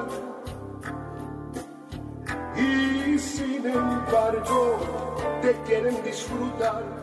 amar y sin embargo te quieren disfrutar.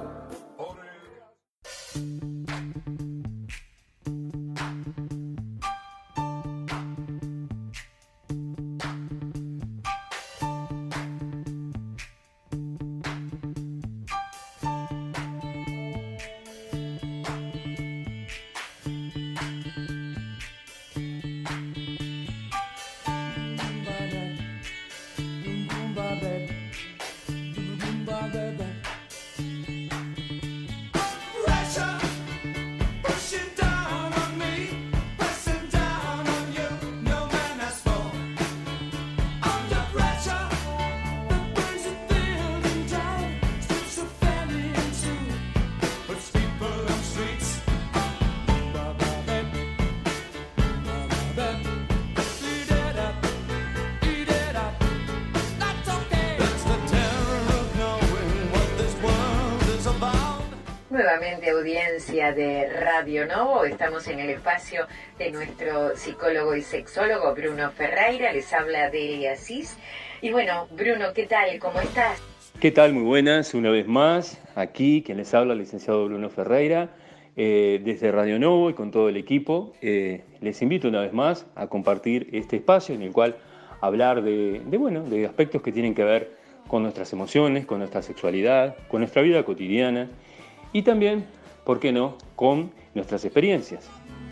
Nuevamente audiencia de Radio Novo, estamos en el espacio de nuestro psicólogo y sexólogo Bruno Ferreira, les habla Delia Asís. Y bueno, Bruno, ¿qué tal? ¿Cómo estás? ¿Qué tal? Muy buenas, una vez más, aquí quien les habla, el licenciado Bruno Ferreira, desde Radio Novo y con todo el equipo. Les invito una vez más a compartir este espacio en el cual hablar de aspectos que tienen que ver con nuestras emociones, con nuestra sexualidad, con nuestra vida cotidiana, y también, ¿por qué no?, con nuestras experiencias.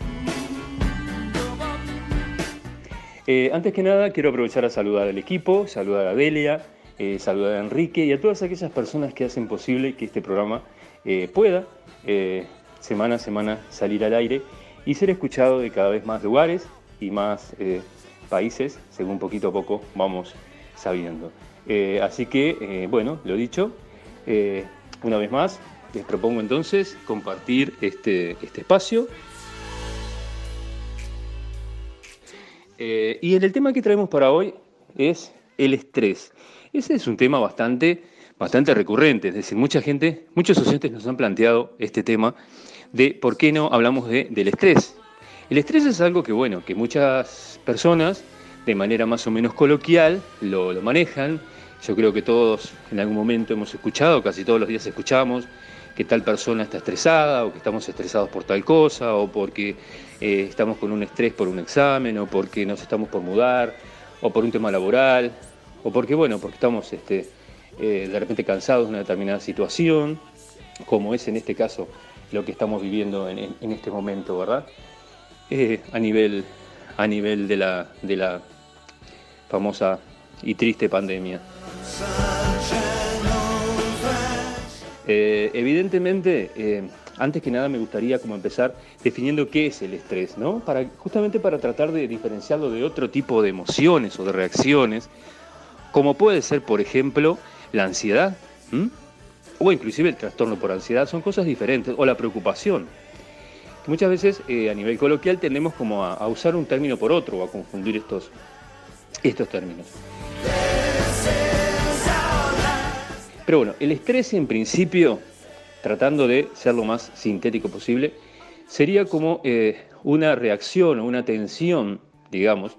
Antes que nada, quiero aprovechar a saludar al equipo, saludar a Delia, saludar a Enrique y a todas aquellas personas que hacen posible que este programa pueda semana a semana salir al aire y ser escuchado de cada vez más lugares y más países, según poquito a poco vamos sabiendo. Así que, bueno, lo dicho, una vez más, les propongo entonces compartir este espacio. Y el tema que traemos para hoy es el estrés. Ese es un tema bastante recurrente, es decir, muchos oyentes nos han planteado este tema de por qué no hablamos del estrés. El estrés es algo que muchas personas, de manera más o menos coloquial, lo manejan. Yo creo que todos en algún momento hemos escuchado, casi todos los días escuchamos, que tal persona está estresada o que estamos estresados por tal cosa o porque estamos con un estrés por un examen o porque nos estamos por mudar o por un tema laboral o porque estamos de repente cansados de una determinada situación, como es en este caso lo que estamos viviendo en este momento, ¿verdad? A nivel de la famosa y triste pandemia. Evidentemente, antes que nada me gustaría como empezar definiendo qué es el estrés, ¿no? Justamente para tratar de diferenciarlo de otro tipo de emociones o de reacciones, como puede ser, por ejemplo, la ansiedad, o inclusive el trastorno por ansiedad, son cosas diferentes, o la preocupación. Muchas veces a nivel coloquial tendemos como a usar un término por otro o a confundir estos términos. Pero bueno, el estrés en principio, tratando de ser lo más sintético posible, sería como una reacción o una tensión, digamos,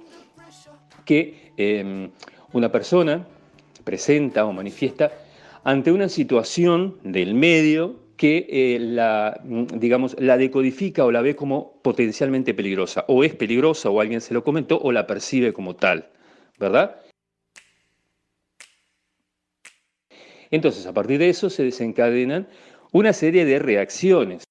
que una persona presenta o manifiesta ante una situación del medio que la decodifica o la ve como potencialmente peligrosa, o es peligrosa o alguien se lo comentó o la percibe como tal, ¿verdad? Entonces, a partir de eso se desencadenan una serie de reacciones.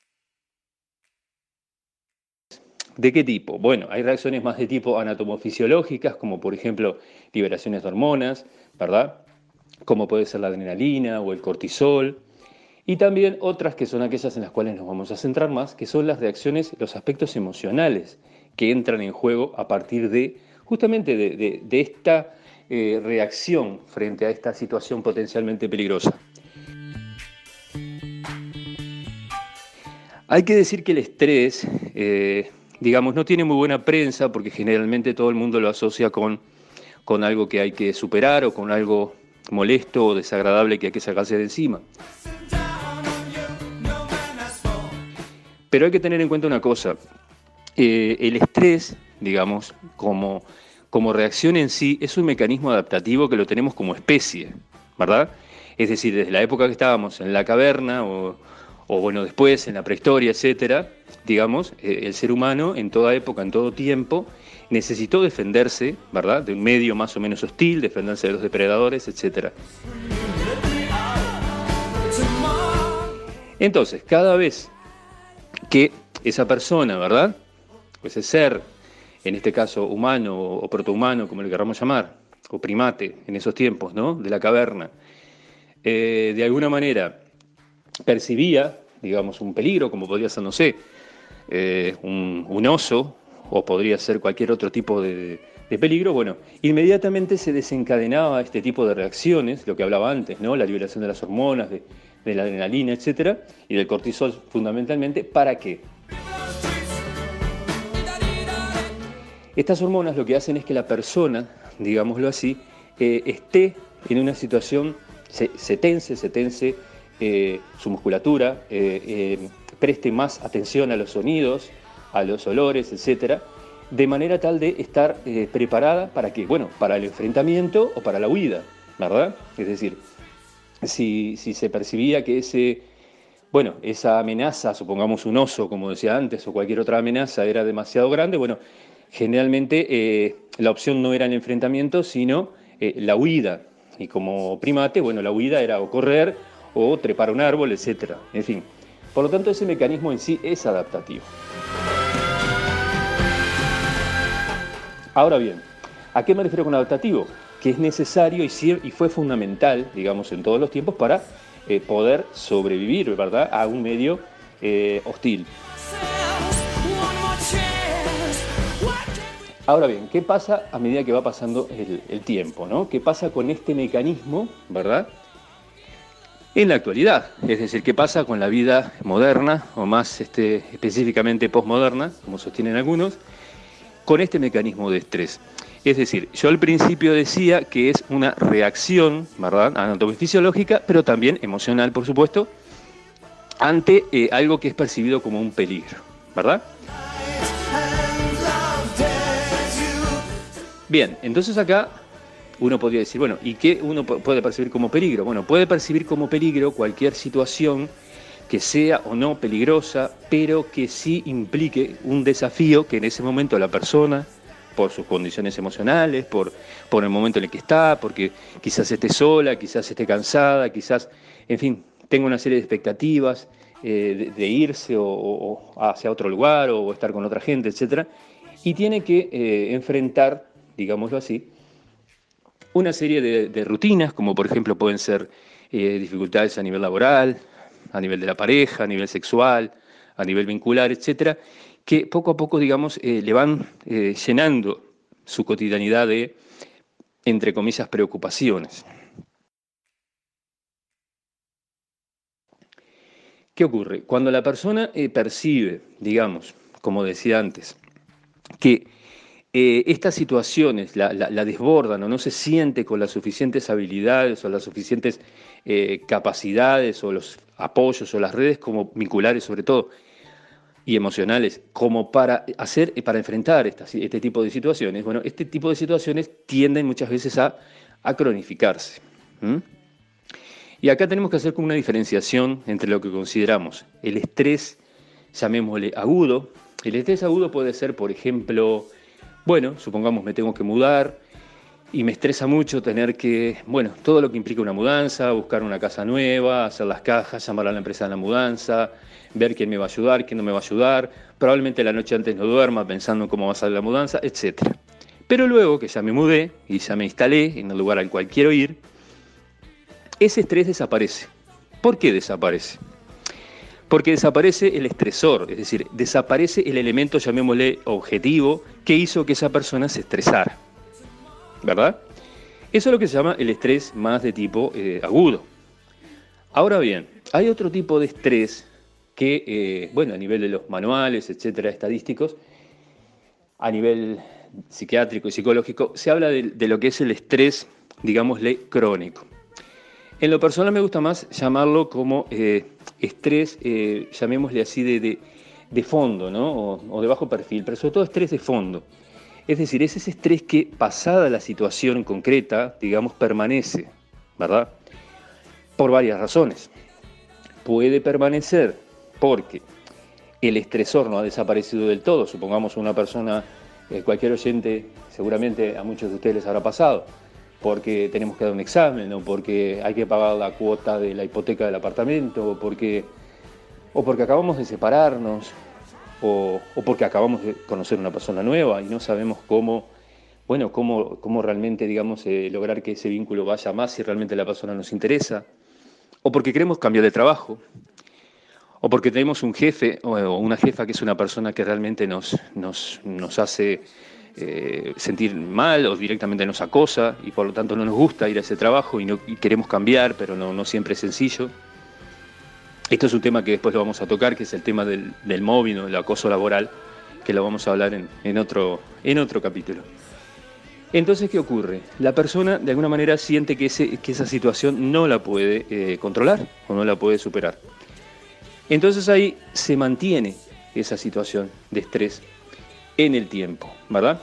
¿De qué tipo? Bueno, hay reacciones más de tipo anatomofisiológicas, como por ejemplo liberaciones de hormonas, ¿verdad? Como puede ser la adrenalina o el cortisol. Y también otras que son aquellas en las cuales nos vamos a centrar más, que son las reacciones, los aspectos emocionales que entran en juego a partir de, justamente de esta reacción frente a esta situación potencialmente peligrosa. Hay que decir que el estrés, no tiene muy buena prensa porque generalmente todo el mundo lo asocia con algo que hay que superar o con algo molesto o desagradable que hay que sacarse de encima. Pero hay que tener en cuenta una cosa, el estrés, digamos, como como reacción en sí, es un mecanismo adaptativo que lo tenemos como especie, ¿verdad? Es decir, desde la época que estábamos en la caverna o bueno, después en la prehistoria, etcétera, digamos, el ser humano en toda época, en todo tiempo, necesitó defenderse, ¿verdad?, de un medio más o menos hostil, defenderse de los depredadores, etcétera. Entonces, cada vez que esa persona, ¿verdad?, o ese ser, en este caso humano o protohumano, como le queramos llamar, o primate en esos tiempos, ¿no?, de la caverna, de alguna manera percibía, digamos, un peligro, como podría ser, no sé, un oso, o podría ser cualquier otro tipo de peligro, bueno, inmediatamente se desencadenaba este tipo de reacciones, lo que hablaba antes, ¿no?, la liberación de las hormonas, de la adrenalina, etcétera, y del cortisol fundamentalmente. ¿Para qué? Estas hormonas lo que hacen es que la persona, digámoslo así, esté en una situación, se tense su musculatura, preste más atención a los sonidos, a los olores, etcétera, de manera tal de estar preparada para qué, bueno, para el enfrentamiento o para la huida, ¿verdad? Es decir, si se percibía que esa amenaza, supongamos un oso, como decía antes, o cualquier otra amenaza era demasiado grande, bueno, generalmente la opción no era el enfrentamiento, sino la huida. Y como primate, bueno, la huida era o correr o trepar a un árbol, etc. En fin, por lo tanto ese mecanismo en sí es adaptativo. Ahora bien, ¿a qué me refiero con adaptativo? Que es necesario y fue fundamental, digamos, en todos los tiempos para poder sobrevivir, ¿verdad?, a un medio hostil. Ahora bien, ¿qué pasa a medida que va pasando el tiempo, ¿no? ¿Qué pasa con este mecanismo, ¿verdad?, en la actualidad? Es decir, ¿qué pasa con la vida moderna, o más específicamente posmoderna, como sostienen algunos, con este mecanismo de estrés? Es decir, yo al principio decía que es una reacción, ¿verdad?, anatomofisiológica, pero también emocional, por supuesto, ante algo que es percibido como un peligro, ¿verdad? Bien, entonces acá uno podría decir, bueno, ¿y qué uno puede percibir como peligro? Bueno, puede percibir como peligro cualquier situación que sea o no peligrosa, pero que sí implique un desafío que en ese momento la persona, por sus condiciones emocionales, por el momento en el que está, porque quizás esté sola, quizás esté cansada, quizás, en fin, tenga una serie de expectativas de irse o hacia otro lugar o estar con otra gente, etc. Y tiene que enfrentar, digámoslo así, una serie de rutinas, como por ejemplo pueden ser dificultades a nivel laboral, a nivel de la pareja, a nivel sexual, a nivel vincular, etcétera, que poco a poco, digamos, le van llenando su cotidianidad de, entre comillas, preocupaciones. ¿Qué ocurre? Cuando la persona percibe, digamos, como decía antes, que estas situaciones la desbordan o no se siente con las suficientes habilidades o las suficientes capacidades o los apoyos o las redes como vinculares sobre todo y emocionales como para enfrentar este tipo de situaciones, bueno, este tipo de situaciones tienden muchas veces a cronificarse. Y acá tenemos que hacer como una diferenciación entre lo que consideramos el estrés, llamémosle agudo. El estrés agudo puede ser, por ejemplo, bueno, supongamos me tengo que mudar y me estresa mucho tener que, bueno, todo lo que implica una mudanza, buscar una casa nueva, hacer las cajas, llamar a la empresa de la mudanza, ver quién me va a ayudar, quién no me va a ayudar, probablemente la noche antes no duerma pensando en cómo va a salir la mudanza, etc. Pero luego que ya me mudé y ya me instalé en el lugar al cual quiero ir, ese estrés desaparece. ¿Por qué desaparece? Porque desaparece el estresor, es decir, desaparece el elemento, llamémosle, objetivo, que hizo que esa persona se estresara, ¿verdad? Eso es lo que se llama el estrés más de tipo agudo. Ahora bien, hay otro tipo de estrés que, bueno, a nivel de los manuales, etcétera, estadísticos, a nivel psiquiátrico y psicológico, se habla de lo que es el estrés, digámosle, crónico. En lo personal me gusta más llamarlo como estrés, llamémosle así, de fondo, ¿no? O de bajo perfil, pero sobre todo estrés de fondo. Es decir, es ese estrés que, pasada la situación concreta, digamos, permanece, ¿verdad? Por varias razones. Puede permanecer porque el estresor no ha desaparecido del todo. Supongamos una persona, cualquier oyente, seguramente a muchos de ustedes les habrá pasado, porque tenemos que dar un examen, o porque hay que pagar la cuota de la hipoteca del apartamento, o porque acabamos de separarnos, o porque acabamos de conocer una persona nueva y no sabemos cómo realmente, digamos, lograr que ese vínculo vaya más si realmente la persona nos interesa, o porque queremos cambiar de trabajo, o porque tenemos un jefe o una jefa que es una persona que realmente nos hace sentir mal o directamente nos acosa y por lo tanto no nos gusta ir a ese trabajo y queremos cambiar, pero no siempre es sencillo. Esto es un tema que después lo vamos a tocar, que es el tema del mobbing o el acoso laboral, que lo vamos a hablar en otro capítulo. Entonces, ¿qué ocurre? La persona de alguna manera siente que esa situación no la puede controlar o no la puede superar. Entonces ahí se mantiene esa situación de estrés en el tiempo, ¿verdad?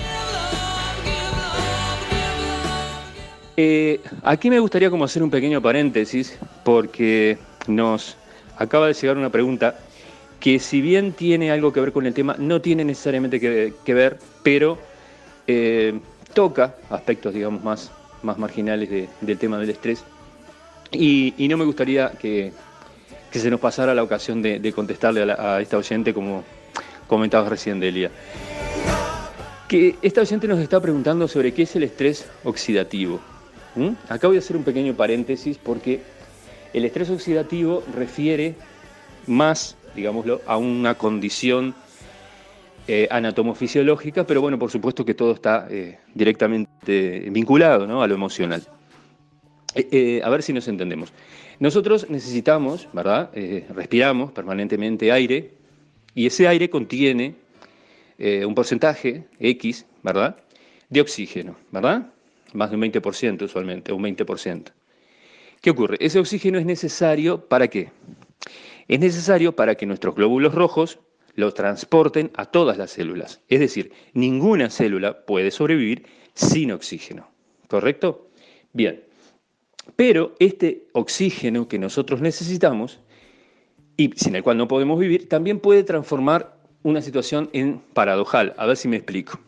Aquí me gustaría como hacer un pequeño paréntesis porque nos acaba de llegar una pregunta que, si bien tiene algo que ver con el tema, no tiene necesariamente que ver, pero toca aspectos, digamos, más marginales del tema del estrés y no me gustaría que se nos pasara la ocasión de contestarle a esta oyente, como comentabas recién, Delia. Que esta oyente nos está preguntando sobre qué es el estrés oxidativo. Acá voy a hacer un pequeño paréntesis porque el estrés oxidativo refiere más, digámoslo, a una condición anatomofisiológica, pero bueno, por supuesto que todo está directamente vinculado, ¿no?, a lo emocional. A ver si nos entendemos. Nosotros necesitamos, ¿verdad? Respiramos permanentemente aire y ese aire contiene un porcentaje X, ¿verdad?, de oxígeno, ¿verdad? Más de un 20% usualmente, un 20%. ¿Qué ocurre? Ese oxígeno es necesario ¿para qué? Es necesario para que nuestros glóbulos rojos lo transporten a todas las células. Es decir, ninguna célula puede sobrevivir sin oxígeno, ¿correcto? Bien. Pero este oxígeno que nosotros necesitamos y sin el cual no podemos vivir, también puede transformar una situación en paradojal. A ver si me explico.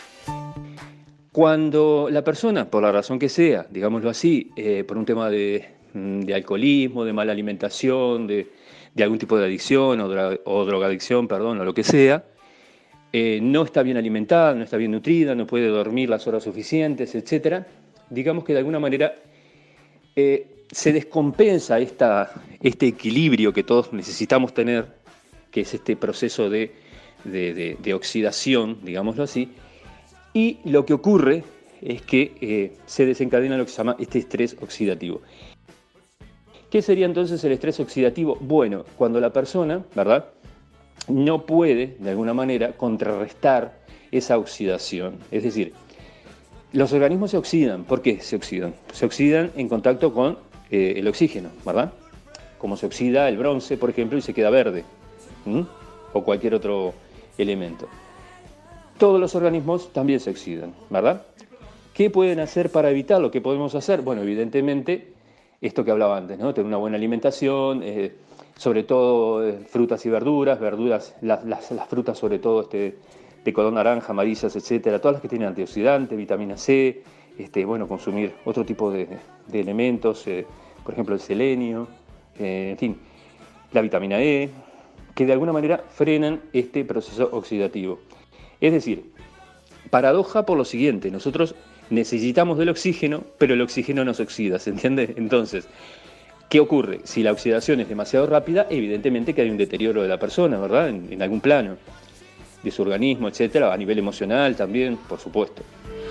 Cuando la persona, por la razón que sea, digámoslo así, por un tema de alcoholismo, de mala alimentación, de algún tipo de adicción o drogadicción, perdón, o lo que sea, no está bien alimentada, no está bien nutrida, no puede dormir las horas suficientes, etc., digamos que de alguna manera se descompensa este equilibrio que todos necesitamos tener, que es este proceso de oxidación, digámoslo así, y lo que ocurre es que se desencadena lo que se llama este estrés oxidativo. ¿Qué sería entonces el estrés oxidativo? Bueno, cuando la persona, ¿verdad?, no puede, de alguna manera, contrarrestar esa oxidación. Es decir, los organismos se oxidan. ¿Por qué se oxidan? Se oxidan en contacto con el oxígeno, ¿verdad? Como se oxida el bronce, por ejemplo, y se queda verde, o cualquier otro elemento. Todos los organismos también se oxidan, ¿verdad? ¿Qué pueden hacer para evitarlo? ¿Qué podemos hacer? Bueno, evidentemente, esto que hablaba antes, ¿no? Tener una buena alimentación, sobre todo frutas y verduras, las frutas sobre todo de color naranja, amarillas, etcétera, todas las que tienen antioxidante, vitamina C, consumir otro tipo de elementos, por ejemplo el selenio, en fin, la vitamina E, que de alguna manera frenan este proceso oxidativo. Es decir, paradoja por lo siguiente, nosotros necesitamos del oxígeno, pero el oxígeno nos oxida, ¿se entiende? Entonces, ¿qué ocurre? Si la oxidación es demasiado rápida, evidentemente que hay un deterioro de la persona, ¿verdad? En algún plano, de su organismo, etcétera, a nivel emocional también, por supuesto.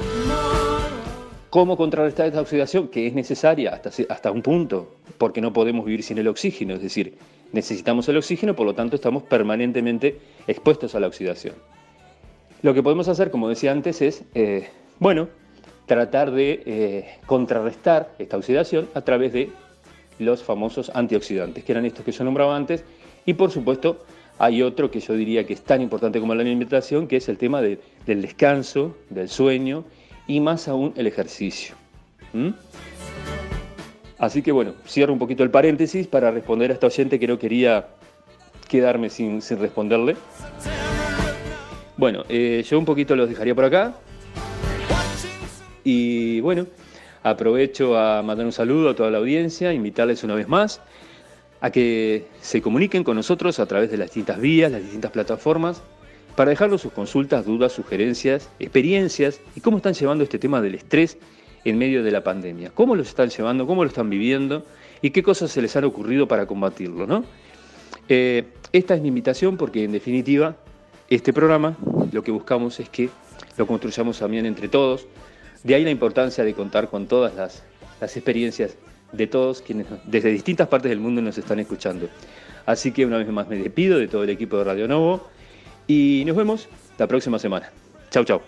¿Cómo contrarrestar esta oxidación? Que es necesaria hasta un punto, porque no podemos vivir sin el oxígeno, es decir, necesitamos el oxígeno, por lo tanto estamos permanentemente expuestos a la oxidación. Lo que podemos hacer, como decía antes, es, tratar de contrarrestar esta oxidación a través de los famosos antioxidantes, que eran estos que yo nombraba antes, y por supuesto hay otro que yo diría que es tan importante como la alimentación, que es el tema del descanso, del sueño y más aún el ejercicio. Así que bueno, cierro un poquito el paréntesis para responder a esta oyente que no quería quedarme sin responderle. Bueno, yo un poquito los dejaría por acá. Y bueno, aprovecho a mandar un saludo a toda la audiencia, invitarles una vez más a que se comuniquen con nosotros a través de las distintas vías, las distintas plataformas, para dejarnos sus consultas, dudas, sugerencias, experiencias y cómo están llevando este tema del estrés en medio de la pandemia. ¿Cómo lo están llevando? ¿Cómo lo están viviendo? ¿Y qué cosas se les han ocurrido para combatirlo, ¿no? Esta es mi invitación porque, en definitiva, este programa lo que buscamos es que lo construyamos también entre todos. De ahí la importancia de contar con todas las experiencias de todos quienes desde distintas partes del mundo nos están escuchando. Así que una vez más me despido de todo el equipo de Radio Novo y nos vemos la próxima semana. Chau, chau.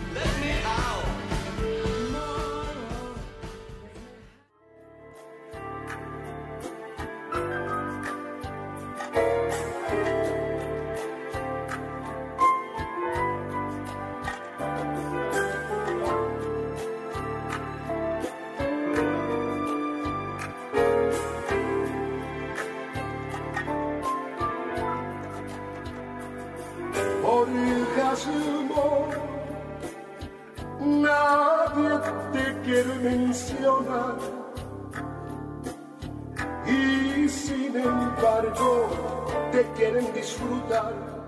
Orgasmo, nadie te quiere mencionar y sin embargo te quieren disfrutar.